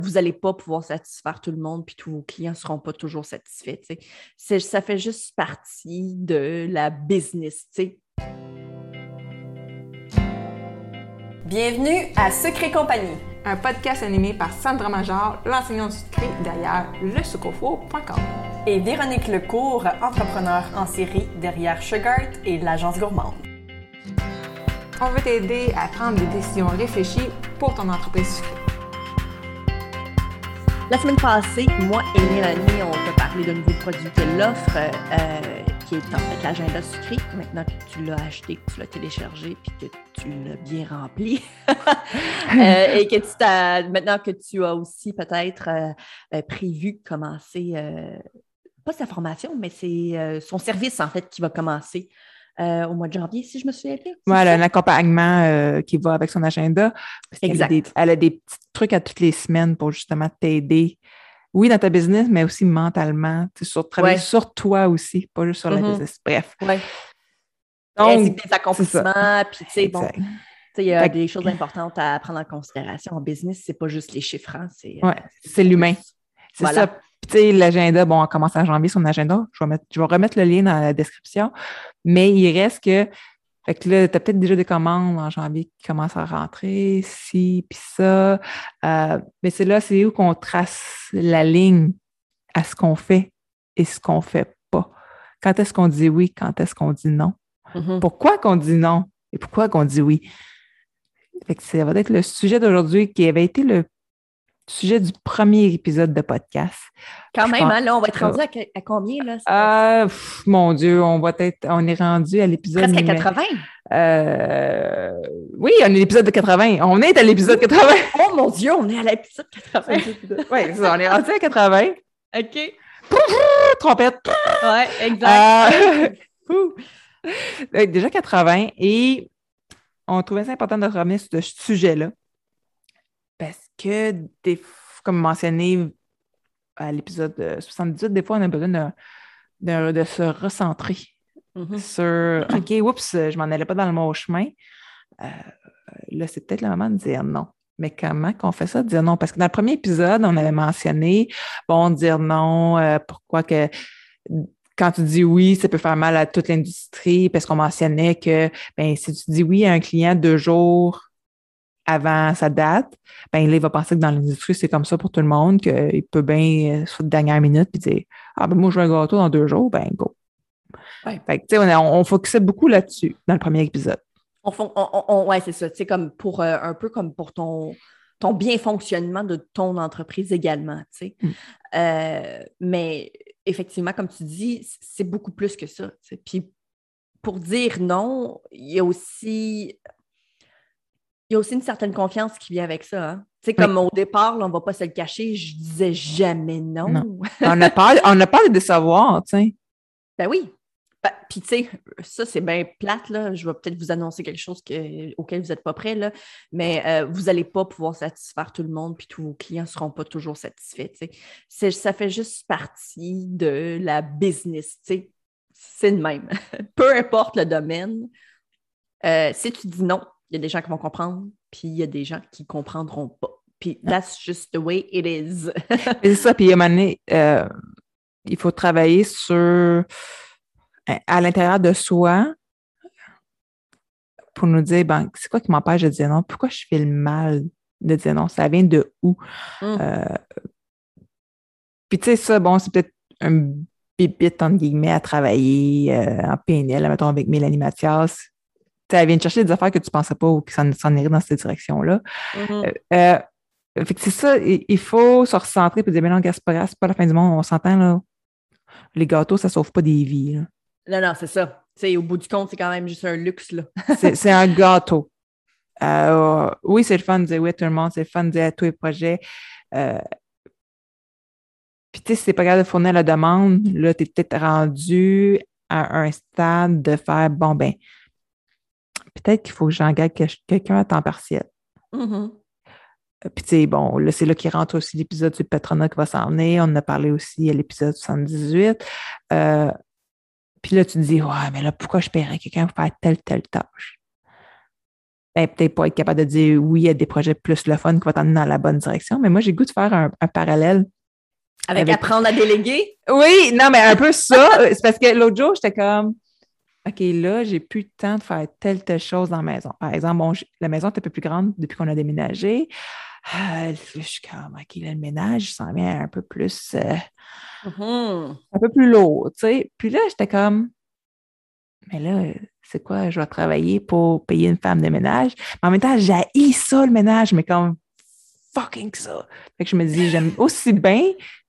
Vous n'allez pas pouvoir satisfaire tout le monde, puis tous vos clients ne seront pas toujours satisfaits. Ça fait juste partie de la business. T'sais. Bienvenue à Secret Compagnie, un podcast animé par Sandra Major, l'enseignante du secret derrière lesucofo.com. Et Véronique Lecourt, entrepreneur en série derrière Sugart et l'agence gourmande. On veut t'aider à prendre des décisions réfléchies pour ton entreprise sucrée. La semaine passée, moi et Mélanie, on t'a parlé d'un nouveau produit qu'elle offre, qui est en fait l'agenda sucré. Maintenant que tu l'as acheté, que tu l'as téléchargé, puis que tu l'as bien rempli, et que maintenant que tu as aussi peut-être prévu de commencer, pas sa formation, mais c'est son service en fait qui va commencer au mois de janvier, si je me souviens bien. Oui, elle a un accompagnement qui va avec son agenda. Exact. Elle a des petits trucs à toutes les semaines pour justement t'aider. Oui, dans ta business, mais aussi mentalement. Travailler sur toi aussi, pas juste sur la business. Bref. Oui. Donc, des accomplissements, puis tu sais, bon, il y a des choses importantes à prendre en considération en business. C'est pas juste les chiffres, hein, c'est l'humain. C'est voilà. ça. Tu sais, l'agenda, bon, on commence en janvier son agenda. Je vais remettre le lien dans la description. Mais il reste que, fait que là, tu as peut-être déjà des commandes en janvier qui commencent à rentrer, ci, puis ça. Mais c'est où qu'on trace la ligne à ce qu'on fait et ce qu'on fait pas. Quand est-ce qu'on dit oui, quand est-ce qu'on dit non? Mm-hmm. Pourquoi qu'on dit non et pourquoi qu'on dit oui? Fait que ça va être le sujet d'aujourd'hui qui avait été le sujet du premier épisode de podcast. Quand même, hein, là, on va être rendu à combien, là? Mon Dieu, on est rendu à l'épisode... Presque à 80? Oui, on est à l'épisode de 80. On est à l'épisode 80. Oh mon Dieu, on est à l'épisode 80. Oui, on est rendu à 80. OK. Trompette. Oui, exact. Déjà 80. Et on trouvait ça important de revenir sur ce sujet-là. Parce que, comme mentionné à l'épisode 78, des fois, on a besoin de se recentrer sur « OK, oups, je m'en allais pas dans le bon chemin. » Là, c'est peut-être le moment de dire non. Mais comment qu'on fait ça, de dire non? Parce que dans le premier épisode, on avait mentionné, dire non, pourquoi que quand tu dis oui, ça peut faire mal à toute l'industrie, parce qu'on mentionnait que si tu dis oui à un client 2 jours avant sa date, là, il va penser que dans l'industrie, c'est comme ça pour tout le monde, qu'il peut bien, soit de dernière minute, puis dire « Ah, moi, je veux un gâteau dans 2 jours, go. » Ouais. Fait que, on focusait beaucoup là-dessus dans le premier épisode. Oui, c'est ça. C'est comme pour un peu comme pour ton bien fonctionnement de ton entreprise également. Mais effectivement, comme tu dis, c'est beaucoup plus que ça. Puis pour dire non, il y a aussi une certaine confiance qui vient avec ça. Hein? Comme au départ, là, on ne va pas se le cacher, je disais jamais non. On a peur de décevoir, tu sais. Ben oui. Puis, tu sais, ça, c'est bien plate, là. Je vais peut-être vous annoncer quelque chose auquel vous n'êtes pas prêts, là. Mais vous n'allez pas pouvoir satisfaire tout le monde, puis tous vos clients ne seront pas toujours satisfaits, tu sais. Ça fait juste partie de la business, tu sais. C'est le même. Peu importe le domaine, si tu dis non, il y a des gens qui vont comprendre, puis il y a des gens qui ne comprendront pas. Puis, that's just the way it is. C'est ça. Puis, à un moment donné, il faut travailler sur... à l'intérieur de soi pour nous dire, c'est quoi qui m'empêche de dire non? Pourquoi je fais le mal de dire non? Ça vient de où? Puis, tu sais, ça, c'est peut-être un bibite, entre guillemets, à travailler en PNL, mettons, avec Mélanie Mathias. Elle vient de chercher des affaires que tu ne pensais pas ou qui s'en iraient dans cette direction-là. Fait que c'est ça, il faut se recentrer et dire, mais non, c'est pas la fin du monde, on s'entend, là. Les gâteaux, ça ne sauve pas des vies, là. Non, c'est ça. T'sais, au bout du compte, c'est quand même juste un luxe, là. c'est un gâteau. Oui, c'est le fun de dire oui à tout le monde, c'est le fun de dire à tous les projets. Puis, tu sais, si t'es pas capable de fournir la demande, là, tu es peut-être rendu à un stade de faire, peut-être qu'il faut que j'engage quelqu'un à temps partiel. Puis, tu sais, là, c'est là qu'il rentre aussi l'épisode du patronat qui va s'en venir. On en a parlé aussi à l'épisode 78. Puis là, tu te dis, ouais, mais là, pourquoi je paierais quelqu'un pour faire telle tâche? ben, peut-être pas être capable de dire oui à des projets plus le fun qui vont t'emmener dans la bonne direction. Mais moi, j'ai le goût de faire un parallèle. Avec apprendre à déléguer? Oui, non, mais un peu ça. C'est parce que l'autre jour, j'étais comme, OK, là, j'ai plus le temps de faire telle chose dans la maison. Par exemple, bon, la maison est un peu plus grande depuis qu'on a déménagé. Je suis comme, OK, là, le ménage s'en vient un peu plus, un peu plus lourd, tu sais. Puis là, j'étais comme, mais là, c'est quoi, je vais travailler pour payer une femme de ménage. Mais en même temps, j'haïs ça, le ménage, mais comme fucking ça. Fait que je me dis, j'aime aussi bien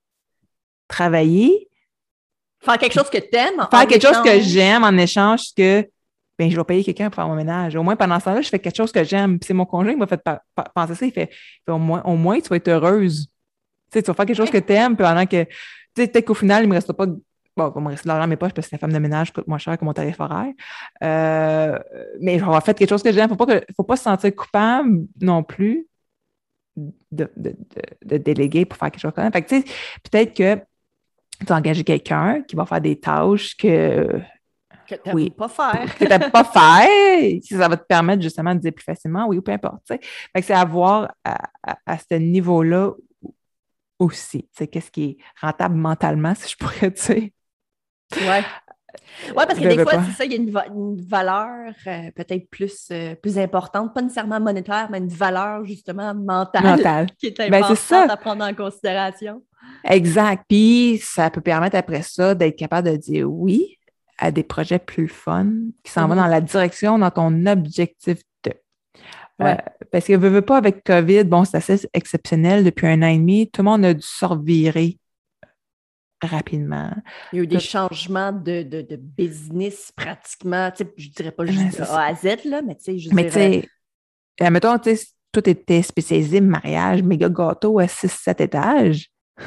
travailler. Faire quelque chose que t'aimes. Faire quelque chose que j'aime en échange que ben, je vais payer quelqu'un pour faire mon ménage. Au moins, pendant ce temps-là, je fais quelque chose que j'aime. Puis c'est mon conjoint qui m'a fait penser ça. Il fait au moins, tu vas être heureuse. Tu sais, tu vas faire quelque chose que tu aimes, puis pendant que, tu sais, peut-être qu'au final, il me reste pas, bon, il me reste de l'argent dans mes poches parce que la femme de ménage coûte moins cher que mon tarif horaire. Mais je vais avoir fait quelque chose que j'aime. Faut pas se sentir coupable non plus de déléguer pour faire quelque chose comme ça. Fait que, tu sais, peut-être que tu as engagé quelqu'un qui va faire des tâches que tu n'aimes pas faire. Que tu n'aimes pas faire, ça va te permettre justement de dire plus facilement oui ou peu importe. Fait que c'est à voir à ce niveau-là aussi. Qu'est-ce qui est rentable mentalement, si je pourrais dire. Oui. Oui, parce que des fois, c'est ça, il y a une valeur peut-être plus importante, pas nécessairement monétaire, mais une valeur justement mentale. Qui est importante à prendre en considération. Exact. Puis ça peut permettre après ça d'être capable de dire oui à des projets plus fun qui s'en vont dans la direction, dans ton objectif de. Ouais. Parce que veux pas avec COVID, bon, c'est assez exceptionnel depuis 1 an et demi, tout le monde a dû se revirer rapidement. Il y a eu des changements de business pratiquement, tu sais, je dirais pas juste de A à Z, là, mais tu sais, je dirais... mettons, tu sais, tout était spécialisé, mariage, méga gâteau à 6-7 étages.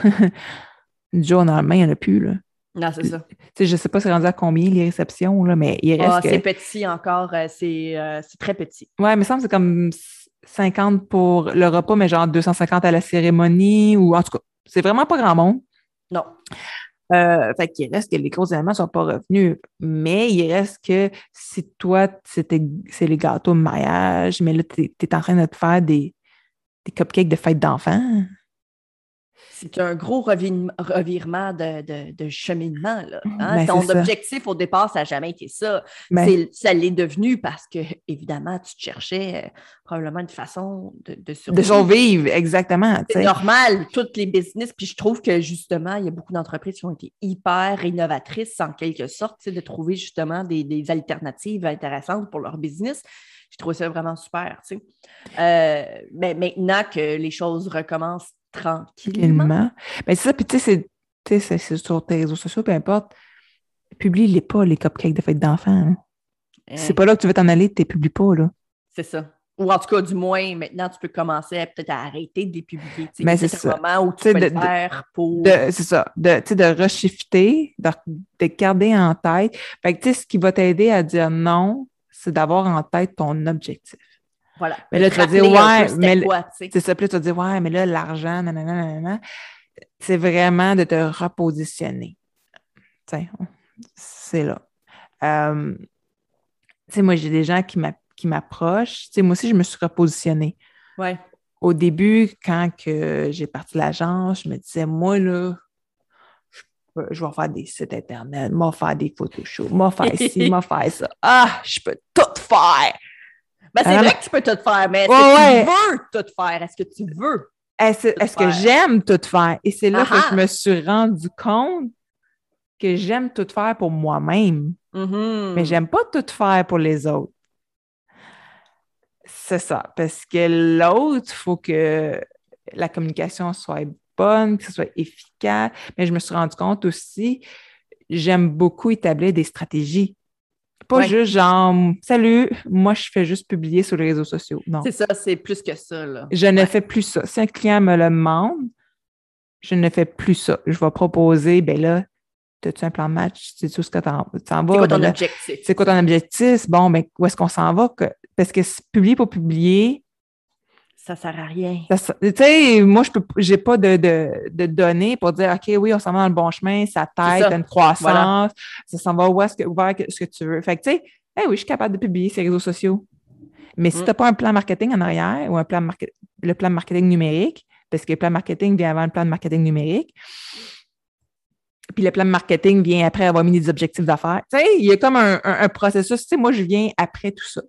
Du jour au lendemain, il n'y en a plus, là. Non, c'est ça. Tu sais, je ne sais pas c'est rendu à combien les réceptions, là, mais il reste c'est petit encore, c'est très petit. Oui, il me semble que c'est comme 50 pour le repas, mais genre 250 à la cérémonie, ou en tout cas, c'est vraiment pas grand monde. Non. Fait qu'il reste que les gros éléments ne sont pas revenus, mais il reste que si toi, c'est les gâteaux de mariage, mais là, tu es en train de te faire des cupcakes de fête d'enfants. C'est un gros revirement de cheminement. Là, hein? Ton objectif au départ, ça n'a jamais été ça. Ça l'est devenu parce que, évidemment, tu te cherchais probablement une façon de survivre. De survivre, exactement. C'est normal, toutes les business. Puis je trouve que, justement, il y a beaucoup d'entreprises qui ont été hyper innovatrices, en quelque sorte, de trouver justement des alternatives intéressantes pour leur business. Je trouve ça vraiment super. Mais maintenant que les choses recommencent tranquillement. Ben, c'est ça, puis tu sais, c'est sur tes réseaux sociaux, peu importe. Publie-les pas, les cupcakes de fête d'enfants. Hein. C'est pas là que tu veux t'en aller, tu les publies pas, là. C'est ça. Ou en tout cas, du moins, maintenant, tu peux commencer peut-être à arrêter de les publier. Mais c'est ça. Un moment où tu peux le faire pour... c'est ça. De reshifter, de garder en tête. Fait que, tu sais, ce qui va t'aider à dire non, c'est d'avoir en tête ton objectif. Voilà. Mais là, tu vas dire, ouais, mais c'est ça. Puis tu vas dire, ouais, mais là, l'argent, nanana. C'est vraiment de te repositionner. Tiens, c'est là. Tu sais, moi, j'ai des gens qui m'approchent. Tu sais, moi aussi, je me suis repositionnée. Ouais. Au début, quand j'ai parti l'agence, je me disais, moi, là, je vais faire des sites Internet, moi, faire des photoshops, moi, faire ci, moi, faire ça. Ah, je peux tout faire! Ben, c'est vrai que tu peux tout faire, mais est-ce que tu veux tout faire? Est-ce que tu veux? Est-ce que j'aime tout faire? Et c'est là que je me suis rendu compte que j'aime tout faire pour moi-même. Mm-hmm. Mais j'aime pas tout faire pour les autres. C'est ça. Parce que l'autre, il faut que la communication soit bonne, que ce soit efficace. Mais je me suis rendu compte aussi, j'aime beaucoup établir des stratégies. Pas juste genre, salut, moi, je fais juste publier sur les réseaux sociaux. Non. C'est ça, c'est plus que ça. Là. Je ne fais plus ça. Si un client me le demande, je ne fais plus ça. Je vais proposer, ben là, as-tu un plan de match? C'est tout ce que tu en vas? C'est quoi ton objectif? C'est quoi ton objectif? Bon, ben, où est-ce qu'on s'en va? Parce que publier pour publier, ça ne sert à rien. Tu sais, moi, j'ai pas de données pour dire, OK, oui, on s'en va dans le bon chemin, ça t'aide, t'as une croissance, ça s'en va vers ce que tu veux. Fait que, tu sais, oui, je suis capable de publier sur les réseaux sociaux. Mais si tu n'as pas un plan marketing en arrière ou le plan marketing numérique, parce que le plan marketing vient avant le plan de marketing numérique, puis le plan de marketing vient après avoir mis des objectifs d'affaires. Tu sais, il y a comme un processus. Tu sais, moi, je viens après tout ça.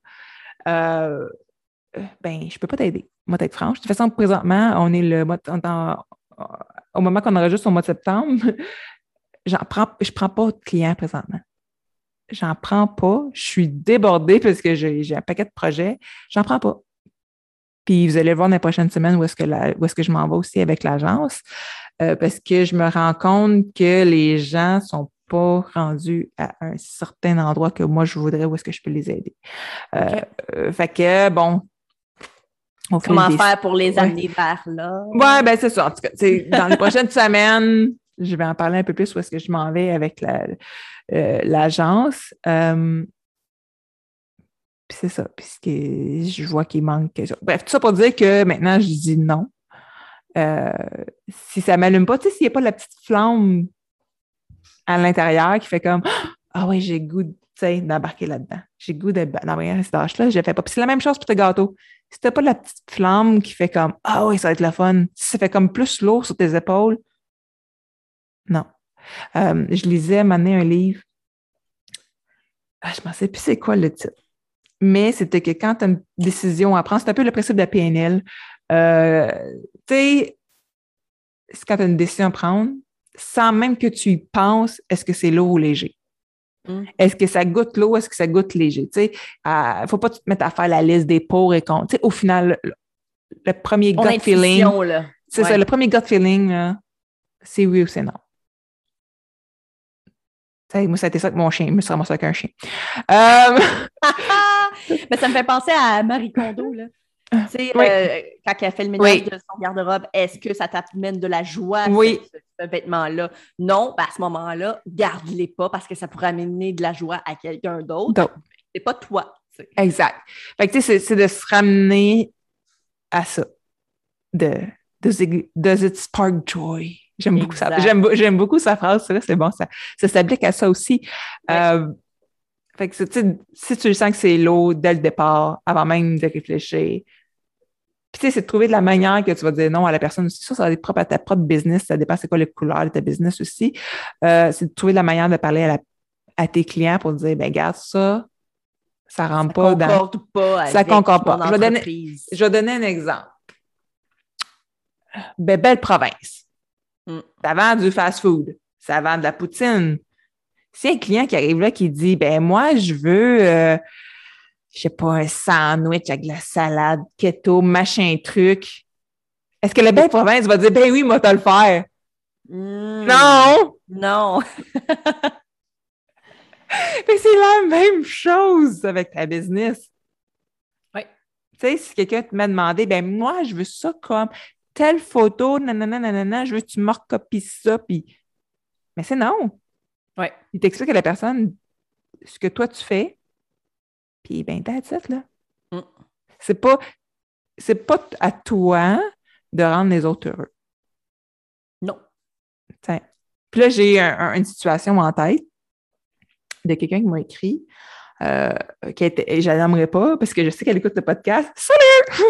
Ben, je peux pas t'aider. Moi, t'être franche. De toute façon, présentement, on est au moment qu'on enregistre au mois de septembre, je prends pas de clients présentement. J'en prends pas. Je suis débordée parce que j'ai un paquet de projets. J'en prends pas. Puis vous allez voir dans les prochaines semaines où est-ce que je m'en vais aussi avec l'agence, parce que je me rends compte que les gens sont pas rendus à un certain endroit que moi je voudrais où est-ce que je peux les aider. Fait que bon. Comment faire pour les amener vers là? Ouais, ben c'est ça. En tout cas, dans les prochaines semaines, je vais en parler un peu plus où est-ce que je m'en vais avec l'agence. Puis c'est ça, puisque je vois qu'il manque quelque chose. Bref, tout ça pour dire que maintenant, je dis non. Si ça ne m'allume pas, tu sais, s'il n'y a pas la petite flamme à l'intérieur qui fait comme ah oui, j'ai goût d'embarquer là-dedans. J'ai goût d'embarquer dans cette tâche-là, je ne fais pas. Puis c'est la même chose pour tes gâteaux. Si tu n'as pas la petite flamme qui fait comme ah oui, ça va être le fun, si ça fait comme plus lourd sur tes épaules, non. Je lisais à un moment donné un livre. Je ne sais plus c'est quoi le titre. Mais c'était que quand tu as une décision à prendre, c'est un peu le principe de la PNL. Tu sais, c'est quand tu as une décision à prendre, sans même que tu y penses, est-ce que c'est lourd ou léger? Est-ce que ça goûte lourd, est-ce que ça goûte léger? Tu sais, faut pas te mettre à faire la liste des pour et contre. Tu sais, au final, le premier gut feeling, c'est ça, le premier gut feeling, là, c'est oui ou c'est non. T'sais, moi, ça a été ça avec mon chien. Je me suis ramassée avec un chien. Mais ça me fait penser à Marie Kondo, là. Tu sais, quand elle fait le ménage de son garde-robe, est-ce que ça t'amène de la joie, ce vêtement-là? Non, ben à ce moment-là, garde-les pas parce que ça pourrait amener de la joie à quelqu'un d'autre. C'est pas toi. T'sais. Exact. Fait que, tu sais, c'est de se ramener à ça. Does it spark joy? J'aime beaucoup ça. J'aime beaucoup sa phrase. C'est bon, ça s'applique à ça aussi. Fait que, si tu sens que c'est lourd dès le départ, avant même de réfléchir, puis tu sais, c'est de trouver de la manière que tu vas dire non à la personne aussi. Ça va être propre à ta propre business. Ça dépend c'est quoi les couleurs de ta business aussi. C'est de trouver de la manière de parler à tes clients pour dire, ben regarde ça rentre pas dans... Ça concorde pas avec ça concorde pas. Je vais donner un exemple. Ben, belle province. Ça vend du fast-food. Ça vend de la poutine. Si un client qui arrive là qui dit, ben moi, je veux, je sais pas, un sandwich avec de la salade, keto, machin truc, est-ce que la belle province va dire, ben oui, moi, t'as le faire? Non! Non! Mais c'est la même chose avec ta business. Oui. Tu sais, si quelqu'un te m'a demandé, ben moi, je veux ça comme telle photo, nanana, je veux que tu me recopies ça, puis... Mais c'est non. Oui. Il t'explique à la personne ce que toi, tu fais, puis ben, that's it, là. C'est pas à toi de rendre les autres heureux. Non. T'sais. Puis là, j'ai une situation en tête de quelqu'un qui m'a écrit, je la nommerai pas parce que je sais qu'elle écoute le podcast. Salut!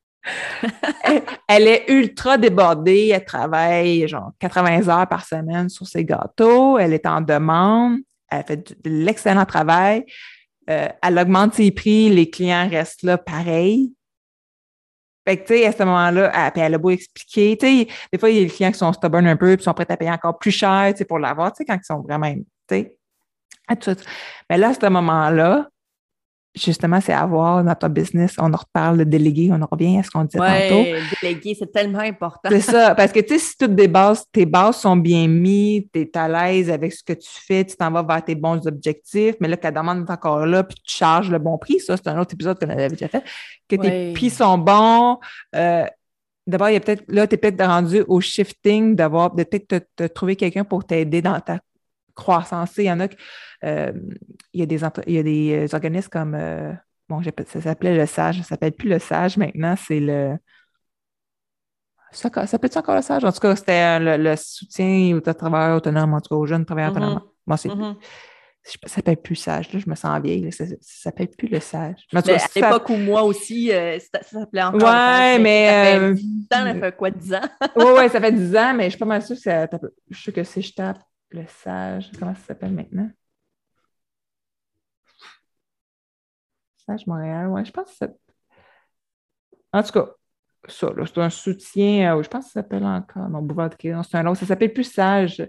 elle est ultra débordée. Elle travaille genre 80 heures par semaine sur ses gâteaux. Elle est en demande. Elle fait de l'excellent travail. Elle augmente ses prix. Les clients restent là pareil. Fait que, tu sais, à ce moment-là, elle a beau expliquer. Tu sais, des fois, il y a des clients qui sont stubborn un peu puis sont prêts à payer encore plus cher, tu sais, pour l'avoir, tu sais, quand ils sont vraiment, tu sais. Mais là, à ce moment-là, justement, c'est avoir dans ton business, on en reparle de déléguer, on en revient à ce qu'on disait tantôt. Oui, déléguer, c'est tellement important. C'est ça, parce que tu sais, si toutes tes bases sont bien mises, tu es à l'aise avec ce que tu fais, tu t'en vas vers tes bons objectifs, mais là, ta demande est encore là, puis tu charges le bon prix, ça, c'est un autre épisode qu'on avait déjà fait, que tes prix sont bons. D'abord, il y a peut-être, là, tu es peut-être rendu au shifting, de peut-être te trouver quelqu'un pour t'aider dans ta croissance. Il y en a il y a des organismes comme ça s'appelait le SAGE, ça s'appelle plus le SAGE maintenant, c'est le ça s'appelle-tu encore le SAGE? En tout cas, c'était le soutien aux travailleurs autonomes, en tout cas aux jeunes travailleurs autonomes. Moi, Ça s'appelle plus Sage, là, je me sens vieille, là, ça s'appelle plus le Sage. Mais à l'époque où moi aussi, ça s'appelait encore le Sage. Ouais, mais... Ça fait 10 ans, ça fait quoi, 10 ans? ouais, ça fait 10 ans, mais je suis pas mal sûre que ça... Je suis sûre que si je tape le Sage, comment ça s'appelle maintenant? Sage Montréal, ouais, je pense que ça... En tout cas, ça, là, c'est un soutien, je pense que ça s'appelle encore, non, Boulevard de Québec, non, c'est un autre, ça s'appelle plus Sage.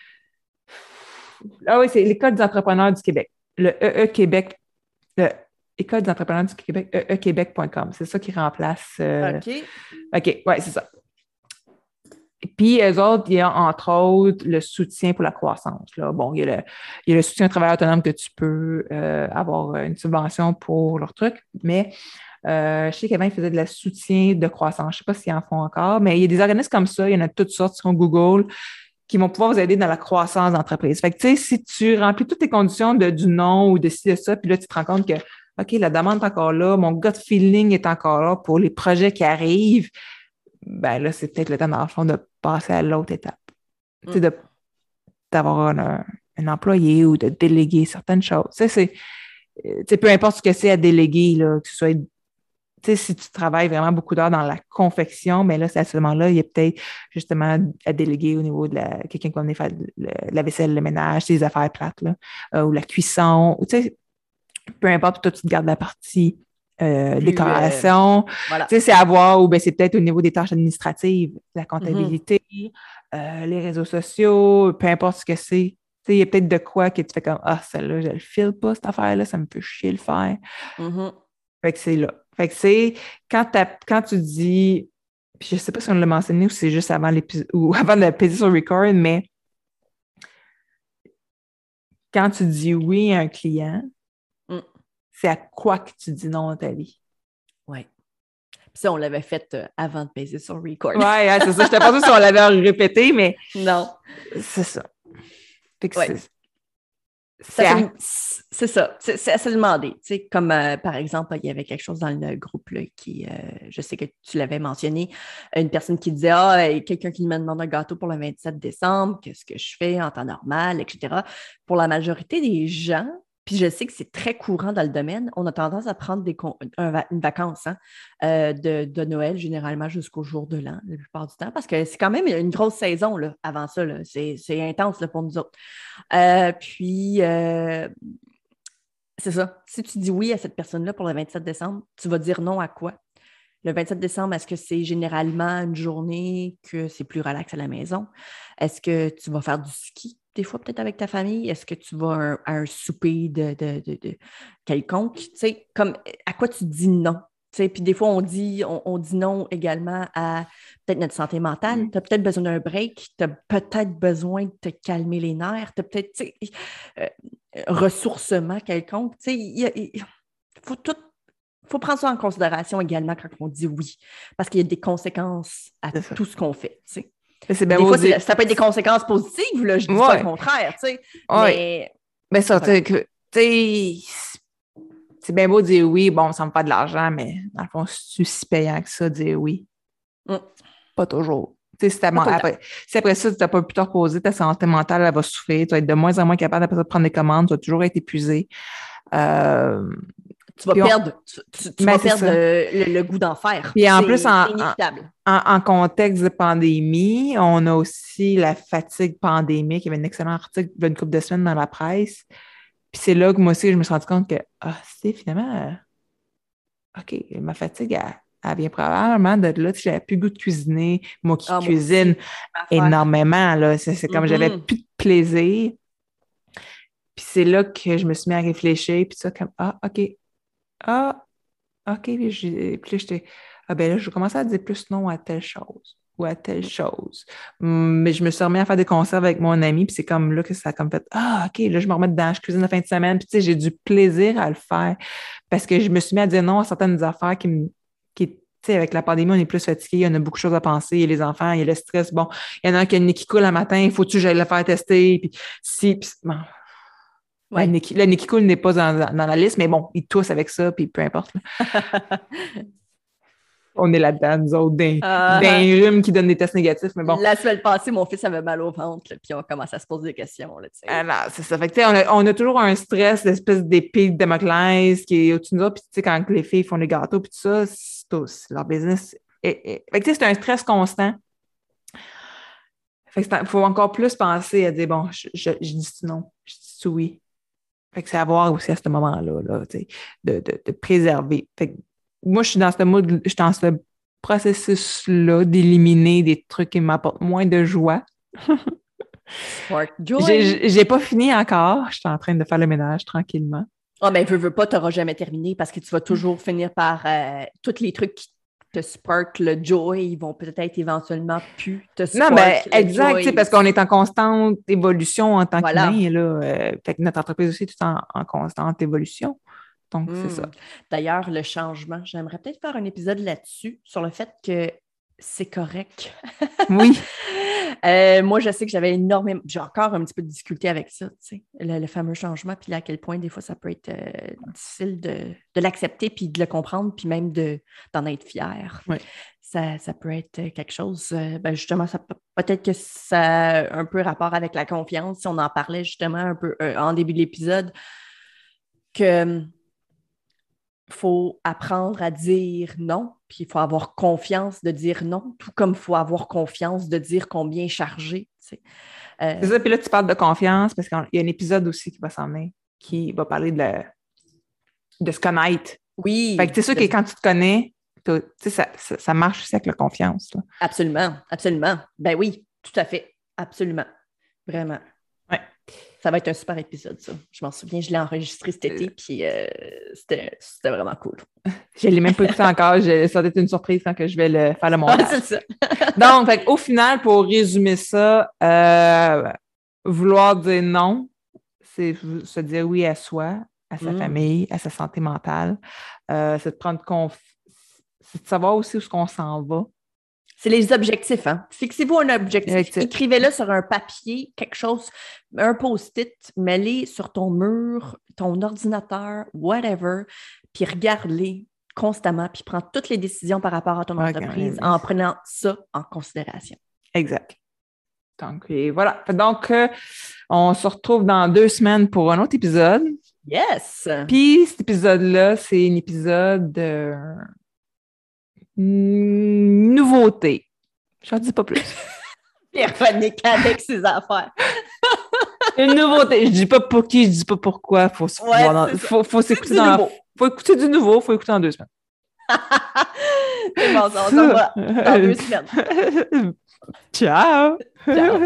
Ah oui, c'est l'École des entrepreneurs du Québec. Le EE Québec, le École des entrepreneurs du Québec, eequebec.com. C'est ça qui remplace. OK, ouais, c'est ça. Et puis, eux autres, il y a entre autres le soutien pour la croissance. Là. Bon, il y a le soutien au travail autonome que tu peux avoir une subvention pour leur truc, mais je sais qu'avant, ils faisaient de la soutien de croissance. Je ne sais pas s'ils en font encore, mais il y a des organismes comme ça, il y en a de toutes sortes sur Google qui vont pouvoir vous aider dans la croissance d'entreprise. Fait que, tu sais, si tu remplis toutes tes conditions du nom ou de ci, de ça, puis là, tu te rends compte que, OK, la demande est encore là, mon gut feeling est encore là pour les projets qui arrivent, ben là, c'est peut-être le temps, dans le fond, de passer à l'autre étape. Tu sais, d'avoir un employé ou de déléguer certaines choses. Tu sais, peu importe ce que c'est à déléguer, là, que ce soit, tu sais, si tu travailles vraiment beaucoup d'heures dans la confection, mais là, c'est à ce moment-là, il y a peut-être justement à déléguer au niveau de quelqu'un qui va venir faire la vaisselle, le ménage, les affaires plates, là, ou la cuisson, tu sais, peu importe, toi, tu te gardes la partie décoration. Voilà. Tu sais, c'est à voir, ou bien c'est peut-être au niveau des tâches administratives, la comptabilité, les réseaux sociaux, peu importe ce que c'est. Tu sais, il y a peut-être de quoi que tu fais comme, ah, celle-là, je le file pas, cette affaire-là, ça me fait chier le faire. Fait que c'est là. Fait que c'est quand tu dis, puis je sais pas si on l'a mentionné ou c'est juste avant l'épisode ou avant de peser sur record, mais quand tu dis oui à un client, c'est à quoi que tu dis non dans ta vie? Oui. Puis ça, on l'avait fait avant de peser sur record. Ouais, c'est ça. Je t'ai pas sûr si on l'avait répété, mais non. C'est ça. Fait que c'est ça. C'est à se demander. Tu sais, comme par exemple, il y avait quelque chose dans le groupe là, qui, je sais que tu l'avais mentionné, une personne qui disait quelqu'un qui me demande un gâteau pour le 27 décembre, qu'est-ce que je fais en temps normal, etc. Pour la majorité des gens, puis je sais que c'est très courant dans le domaine, on a tendance à prendre une vacance de Noël, généralement jusqu'au jour de l'an, la plupart du temps, parce que c'est quand même une grosse saison là, avant ça. Là. C'est intense là, pour nous autres. C'est ça. Si tu dis oui à cette personne-là pour le 27 décembre, tu vas dire non à quoi? Le 27 décembre, est-ce que c'est généralement une journée que c'est plus relax à la maison? Est-ce que tu vas faire du ski, des fois peut-être avec ta famille? Est-ce que tu vas à un souper de quelconque? Tu sais, comme à quoi tu dis non? Puis des fois, on dit non également à peut-être notre santé mentale. Tu as peut-être besoin d'un break, tu as peut-être besoin de te calmer les nerfs, tu as peut-être ressourcement quelconque. Il faut prendre ça en considération également quand on dit oui, parce qu'il y a des conséquences à tout ce qu'on fait. Des fois, ça peut être des conséquences positives, là, je dis pas le contraire. Mais ça, tu sais, c'est bien beau de dire oui, bon, ça me fait de l'argent, mais dans le fond, c'est si payant que ça, dire oui. Pas toujours. Si après ça, tu n'as pas pu te reposer, ta santé mentale, elle va souffrir, tu vas être de moins en moins capable après ça de prendre des commandes, tu vas toujours être épuisé. Tu vas perdre, le goût d'en faire. Puis en plus, en contexte de pandémie, on a aussi la fatigue pandémique. Il y avait un excellent article il y a une couple de semaines dans la presse. Puis c'est là que moi aussi, je me suis rendu compte que, finalement, OK, ma fatigue, elle vient probablement de là. J'avais plus le goût de cuisiner. Moi qui cuisine énormément, là. C'est comme j'avais plus de plaisir. Puis c'est là que je me suis mis à réfléchir. Puis ça, comme, OK. OK. Puis j'étais, ben là, je commençais à dire plus non à telle chose ou à telle chose. Mais je me suis remis à faire des conserves avec mon ami, puis c'est comme là que ça a comme fait, OK, là, je me remets dedans, je cuisine la fin de semaine, puis tu sais, j'ai du plaisir à le faire parce que je me suis mis à dire non à certaines affaires qui tu sais, avec la pandémie, on est plus fatigué, on a beaucoup de choses à penser, il y a les enfants, il y a le stress, bon, il y en a un qui a une nez qui coule le matin, faut-tu que j'aille le faire tester, puis bon. Ouais. Le nez qui coule n'est pas dans la liste, mais bon, il tousse avec ça, puis peu importe. On est là-dedans, nous autres, d'un rhume qui donne des tests négatifs, mais bon. La semaine passée, mon fils avait mal au ventre, là, puis on commence à se poser des questions. Là, alors, c'est ça. Fait que, on a toujours un stress, l'espèce d'épée de Damoclès qui est au-dessus de nous, puis tu sais, quand les filles font des gâteaux, puis tout ça, c'est leur business. Fait que, c'est un stress constant. Fait que faut encore plus penser à dire, bon, je dis non, je dis oui. Fait que c'est à voir aussi à ce moment-là, là, de préserver. Fait que moi, je suis dans ce processus-là d'éliminer des trucs qui m'apportent moins de joie. J'ai pas fini encore. Je suis en train de faire le ménage tranquillement. Ah, mais veux pas, t'auras jamais terminé parce que tu vas toujours finir par tous les trucs qui te spark le joy, ils vont peut-être éventuellement plus te spark. Non, ben exact, parce qu'on est en constante évolution en tant qu'humain, là. Fait que notre entreprise aussi est tout en constante évolution. Donc, c'est ça. D'ailleurs, le changement, j'aimerais peut-être faire un épisode là-dessus, sur le fait que c'est correct. Oui. Moi, je sais que j'avais énormément... J'ai encore un petit peu de difficulté avec ça, tu sais, le fameux changement, puis à quel point, des fois, ça peut être difficile de l'accepter, puis de le comprendre, puis même d'en être fier. Oui. Ça peut être quelque chose... justement, peut-être que ça a un peu rapport avec la confiance, si on en parlait justement un peu en début de l'épisode, que... faut apprendre à dire non, puis il faut avoir confiance de dire non, tout comme il faut avoir confiance de dire combien charger. C'est ça, puis là, tu parles de confiance, parce qu'il y a un épisode aussi qui va s'en venir, qui va parler de se connaître. Oui. Fait que c'est sûr que quand tu te connais, ça marche aussi avec la confiance. Là. Absolument, absolument. Ben oui, tout à fait, absolument. Vraiment. Ouais. Ça va être un super épisode, ça. Je m'en souviens, je l'ai enregistré cet été, puis c'était vraiment cool. Je ne l'ai même pas écouté encore. Ça va être une surprise quand que je vais faire le montage. C'est ça. Donc, au final, pour résumer ça, vouloir dire non, c'est se dire oui à soi, à sa famille, à sa santé mentale. C'est de prendre c'est de savoir aussi où est-ce qu'on s'en va. C'est les objectifs, hein? Fixez-vous un objectif. Écrivez-le sur un papier, quelque chose, un post-it, mets-les sur ton mur, ton ordinateur, whatever, puis regarde-les constamment, puis prends toutes les décisions par rapport à ton entreprise en prenant ça en considération. Exact. Donc, et voilà. Donc, on se retrouve dans 2 semaines pour un autre épisode. Yes! Puis, cet épisode-là, c'est un épisode de... nouveauté. Je n'en dis pas plus. Véronique avec ses affaires. Une nouveauté. Je dis pas pour qui, je dis pas pourquoi. Faut s'écouter faut écouter du nouveau, faut écouter en 2 semaines. C'est bon, ça, on s'en va dans 2 semaines. Ciao! Ciao!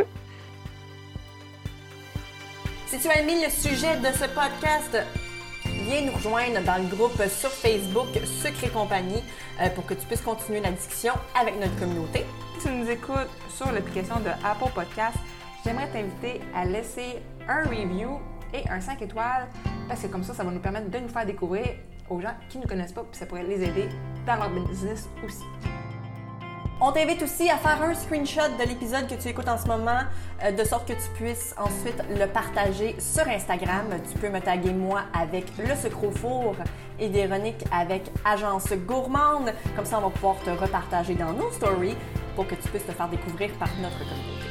Si tu as aimé le sujet de ce podcast, viens nous rejoindre dans le groupe sur Facebook Sucre et compagnie pour que tu puisses continuer la discussion avec notre communauté. Si tu nous écoutes sur l'application de Apple Podcast, j'aimerais t'inviter à laisser un review et un 5 étoiles parce que comme ça va nous permettre de nous faire découvrir aux gens qui ne nous connaissent pas puis ça pourrait les aider dans leur business aussi. On t'invite aussi à faire un screenshot de l'épisode que tu écoutes en ce moment, de sorte que tu puisses ensuite le partager sur Instagram. Tu peux me taguer moi avec Le Sucre au Four et Véronique avec Agence Gourmande. Comme ça, on va pouvoir te repartager dans nos stories pour que tu puisses te faire découvrir par notre communauté.